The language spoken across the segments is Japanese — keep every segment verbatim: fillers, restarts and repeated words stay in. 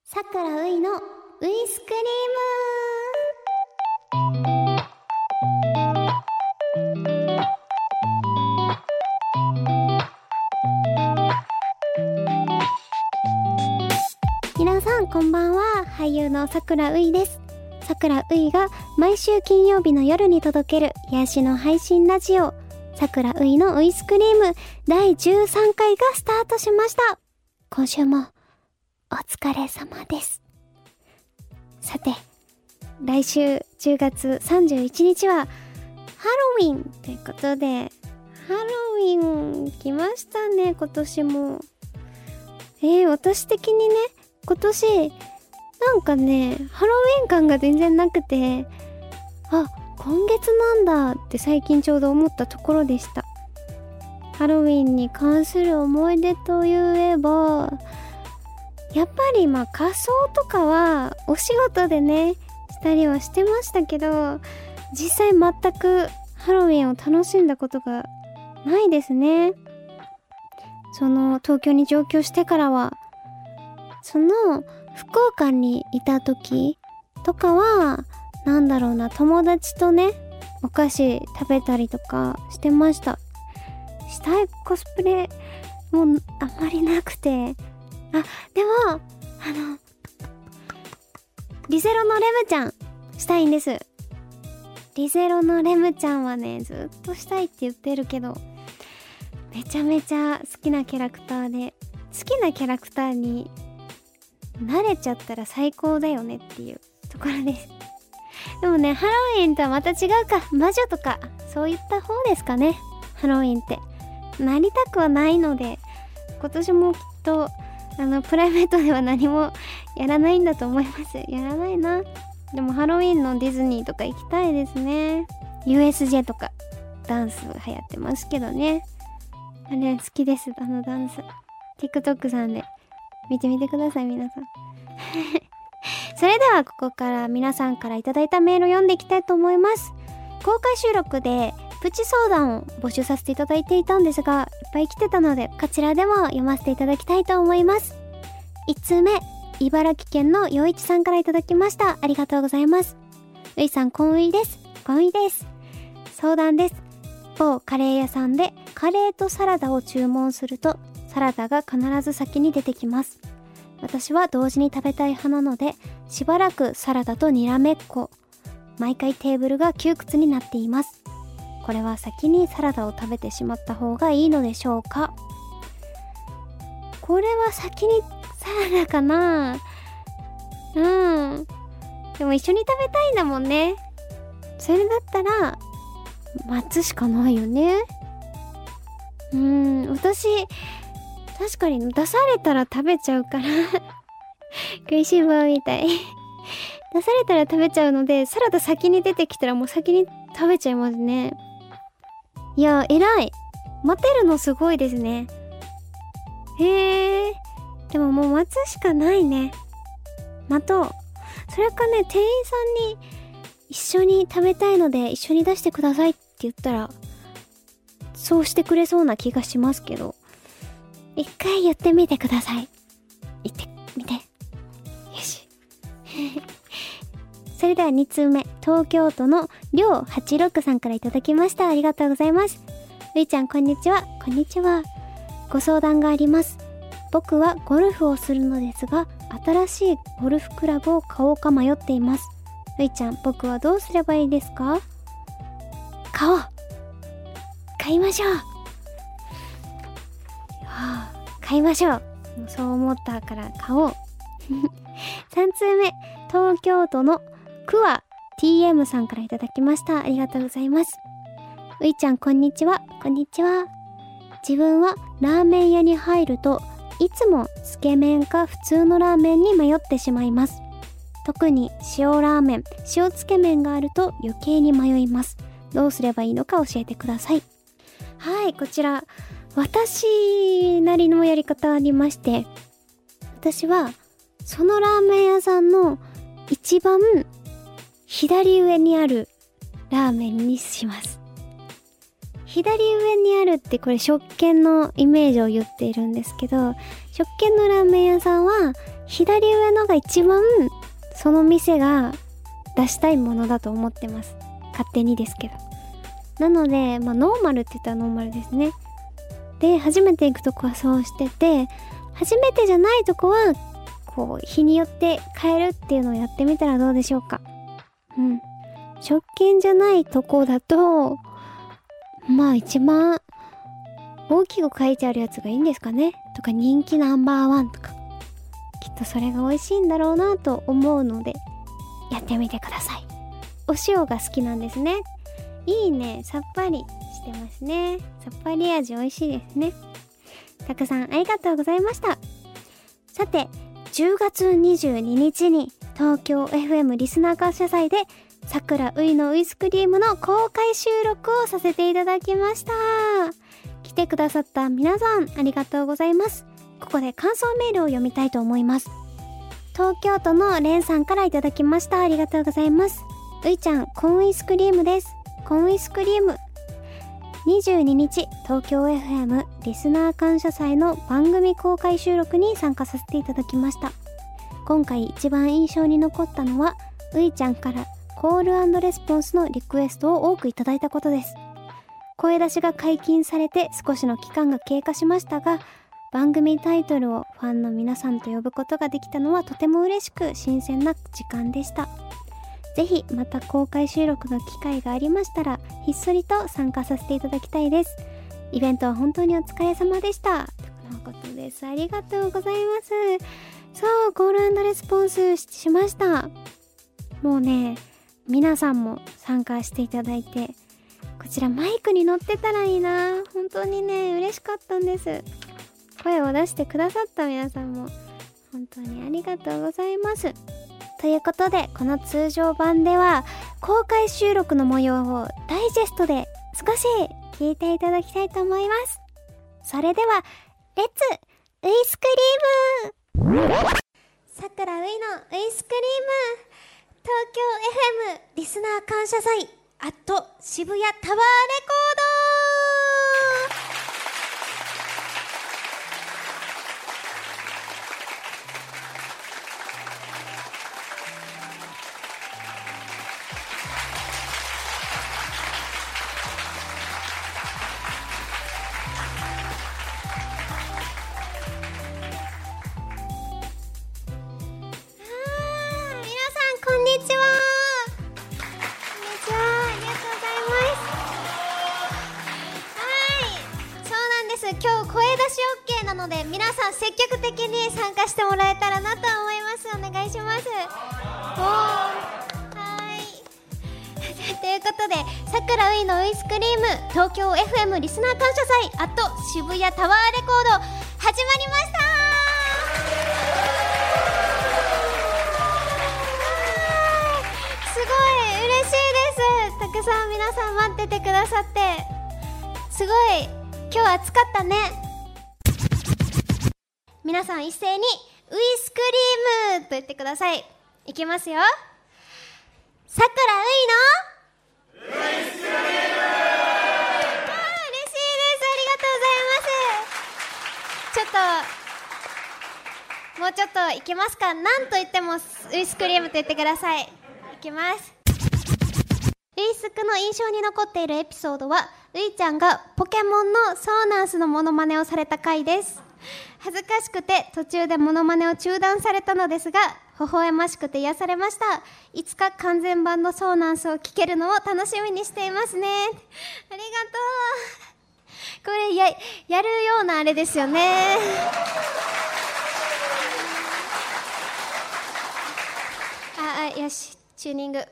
さくらういのウイスクリーム。皆さんこんばんは、俳優のさくらういです。さくらういが毎週金曜日の夜に届ける癒しの配信ラジオ、さくらういのウイスクリームだいじゅうさんかいがスタートしました。今週もお疲れ様です。さて、来週じゅうがつさんじゅういちにちはハロウィンということで、ハロウィン来ましたね、今年も。えー、私的にね、今年なんかね、ハロウィン感が全然なくて、あ、今月なんだって最近ちょうど思ったところでした。ハロウィンに関する思い出といえば、やっぱりまあ仮装とかはお仕事でねしたりはしてましたけど、実際全くハロウィンを楽しんだことがないですね。その東京に上京してからは、その福岡にいた時とかはなんだろうな、友達とねお菓子食べたりとかしてました。したいコスプレもあんまりなくて、あ、でもあのリゼロのレムちゃんしたいんです。リゼロのレムちゃんはね、ずっとしたいって言ってるけど、めちゃめちゃ好きなキャラクターで、好きなキャラクターに慣れちゃったら最高だよねっていうところです。でもね、ハロウィンとはまた違うか、魔女とかそういった方ですかね。ハロウィンってなりたくはないので、今年もきっとあのプライベートでは何もやらないんだと思います。やらないな。でもハロウィンのディズニーとか行きたいですね。 ユーエスジェー とかダンス流行ってますけどね、あれ好きです。あのダンス TikTok さんで見てみてください、皆さんそれではここから皆さんからいただいたメールを読んでいきたいと思います。公開収録でプチ相談を募集させていただいていたんですが、いっぱい来てたのでこちらでも読ませていただきたいと思います。いちつうめ、茨城県のよいちさんからいただきました。ありがとうございます。ういさん、こんういです。こんういです。相談です。某カレー屋さんでカレーとサラダを注文すると、サラダが必ず先に出てきます。私は同時に食べたい派なので、しばらくサラダとにらめっこ。毎回テーブルが窮屈になっています。これは先にサラダを食べてしまった方がいいのでしょうか？これは先にサラダかな？うん。でも一緒に食べたいんだもんね。それだったら待つしかないよね。うーん、私確かに出されたら食べちゃうから食いしん坊みたい出されたら食べちゃうので、サラダ先に出てきたらもう先に食べちゃいますね。いや、偉い。待てるのすごいですね。へえ。でももう待つしかないね。待とう。それかね、店員さんに一緒に食べたいので一緒に出してくださいって言ったらそうしてくれそうな気がしますけど、一回言ってみてください。言ってみて。よしそれではにつうめ、東京都のりょうはちろくさんからいただきました。ありがとうございます。るいちゃん、こんにちは。こんにちは。ご相談があります。僕はゴルフをするのですが、新しいゴルフクラブを買おうか迷っています。るいちゃん、僕はどうすればいいですか？買おう。買いましょう。はあ、買いましょう。そう思ったから買おうさんつうめ、東京都のクワ ティーエム さんからいただきました。ありがとうございます。ういちゃん、こんにちは。こんにちは。自分はラーメン屋に入るといつもつけ麺か普通のラーメンに迷ってしまいます。特に塩ラーメン、塩つけ麺があると余計に迷います。どうすればいいのか教えてください。はい、こちら私なりのやり方ありまして、私はそのラーメン屋さんの一番左上にあるラーメンにします。左上にあるってこれ食券のイメージを言っているんですけど、食券のラーメン屋さんは左上のが一番その店が出したいものだと思ってます。勝手にですけど。なので、まあノーマルって言ったらノーマルですね。で、初めて行くとこはそうしてて、初めてじゃないとこは、こう、日によって変えるっていうのをやってみたらどうでしょうか。うん。食券じゃないとこだと、まあ一番大きく書いてあるやつがいいんですかね。とか人気ナンバーワンとか。きっとそれが美味しいんだろうなと思うので、やってみてください。お塩が好きなんですね。いいね。さっぱりしてますね。さっぱり味美味しいですね。たくさんありがとうございました。さて、じゅうがつにじゅうににちに東京 エフエム リスナー感謝祭でさくらういのウイスクリームの公開収録をさせていただきました。来てくださった皆さんありがとうございます。ここで感想メールを読みたいと思います。東京都のレンさんからいただきました。ありがとうございます。ういちゃん、コーンウイスクリームです。コーンウイスクリーム。にじゅうににち、東京 エフエム リスナー感謝祭の番組公開収録に参加させていただきました。今回一番印象に残ったのは、ういちゃんからコール&レスポンスのリクエストを多くいただいたことです。声出しが解禁されて少しの期間が経過しましたが、番組タイトルをファンの皆さんと呼ぶことができたのはとても嬉しく新鮮な時間でした。ぜひまた公開収録の機会がありましたらひっそりと参加させていただきたいです。イベントは本当にお疲れ様でした。とのことです。ありがとうございます。そう、コール&レスポンスしました。もうね、皆さんも参加していただいて、こちらマイクに乗ってたらいいな。本当にね、嬉しかったんです。声を出してくださった皆さんも本当にありがとうございます。ということで、この通常版では公開収録の模様をダイジェストで少し聞いていただきたいと思います。それではレッツウイスクリーム。さくらういのウイスクリーム、東京 エフエム リスナー感謝祭アット渋谷タワーレコード。こんにちは。こんにちは。ありがとうございます。はい。そうなんです。今日声出し オーケー なので、皆さん積極的に参加してもらえたらなと思います。お願いします。おー。はい。ということで、さくらういのウイスクリーム、東京 エフエム リスナー感謝祭、あと渋谷タワーレコード、始まりました。すごい嬉しいです。たくさん皆さん待っててくださって、すごい今日暑かったね。皆さん一斉にウイスクリームと言ってください。いきますよ。さくらういのウイスクリーム。あー、嬉しいです。ありがとうございます。ちょっともうちょっといきますか。なんと言ってもウイスクリームと言ってください。いきます。ウイスクの印象に残っているエピソードは、ういちゃんがポケモンのソーナンスのモノマネをされた回です。恥ずかしくて途中でモノマネを中断されたのですが、微笑ましくて癒されました。いつか完全版のソーナンスを聞けるのを楽しみにしていますね。ありがとう。これや、やるようなあれですよね。ああ、よし、チューニング。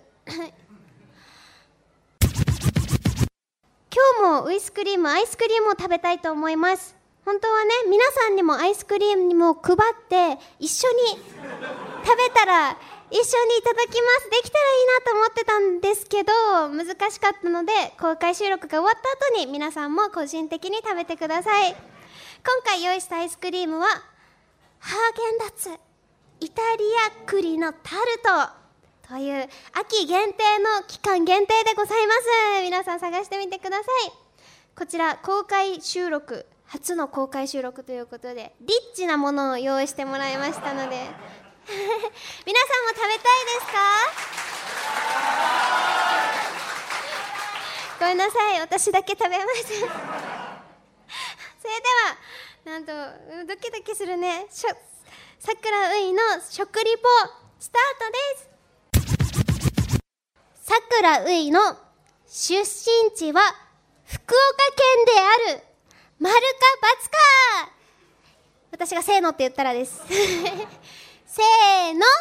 今日もウイスクリーム、アイスクリームを食べたいと思います。本当はね、皆さんにもアイスクリームにも配って一緒に食べたら一緒にいただきます。できたらいいなと思ってたんですけど、難しかったので、公開収録が終わった後に皆さんも個人的に食べてください。今回用意したアイスクリームはハーゲンダッツイタリア栗のタルトという秋限定の期間限定でございます。皆さん探してみてください。こちら公開収録初の公開収録ということでリッチなものを用意してもらいましたので皆さんも食べたいですか？ごめんなさい、私だけ食べましたそれではなんとドキドキするね、しょさくらういの食リポスタートです。さくらういの出身地は福岡県である。丸か×か。私がせーのって言ったらですせーの。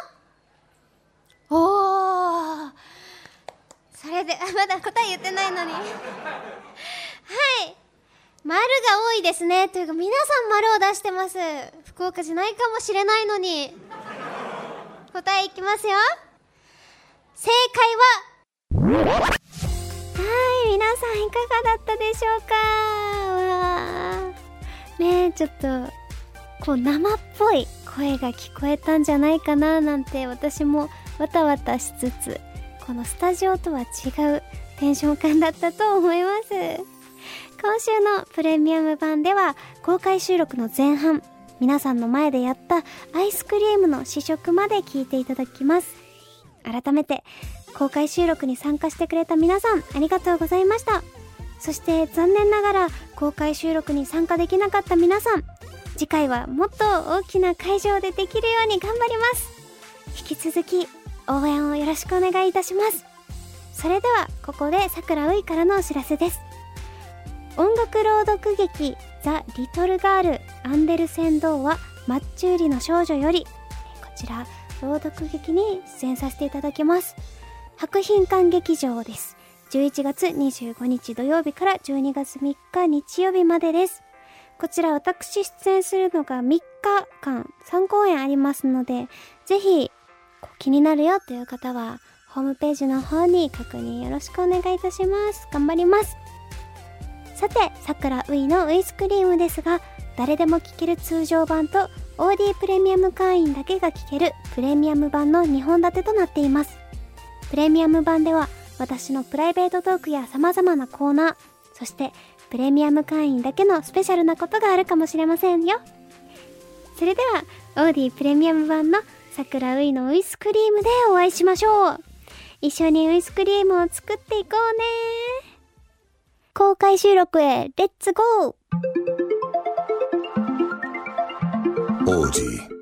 おー、それでまだ答え言ってないのにはい、丸が多いですね。というか皆さん丸を出してます。福岡じゃないかもしれないのに答えいきますよ。正解は、はい、皆さんいかがだったでしょうか。わーねえ、ちょっとこう生っぽい声が聞こえたんじゃないかななんて私もわたわたしつつ、このスタジオとは違うテンション感だったと思います。今週のプレミアム版では公開収録の前半、皆さんの前でやったアイスクリームの試食まで聞いていただきます。改めて公開収録に参加してくれた皆さんありがとうございました。そして残念ながら公開収録に参加できなかった皆さん、次回はもっと大きな会場でできるように頑張ります。引き続き応援をよろしくお願いいたします。それではここでさくらういからのお知らせです。音楽朗読劇ザ・リトルガールアンデルセン童話マッチ売りの少女より、こちら朗読劇に出演させていただきます。博品館劇場です。じゅういちがつにじゅうごにち土曜日からじゅうにがつみっか日曜日までです。こちら私出演するのがみっかかんさんこうえんありますので、ぜひ気になるよという方はホームページの方に確認よろしくお願いいたします。頑張ります。さて、さくらういのウイスクリームですが、誰でも聴ける通常版と オーディー プレミアム会員だけが聴けるプレミアム版のにほん立てとなっています。プレミアム版では私のプライベートトークや様々なコーナー、そしてプレミアム会員だけのスペシャルなことがあるかもしれませんよ。それではオーディプレミアム版のさくらういのウイスクリームでお会いしましょう。一緒にウイスクリームを作っていこうね。公開収録へレッツゴー。オーディ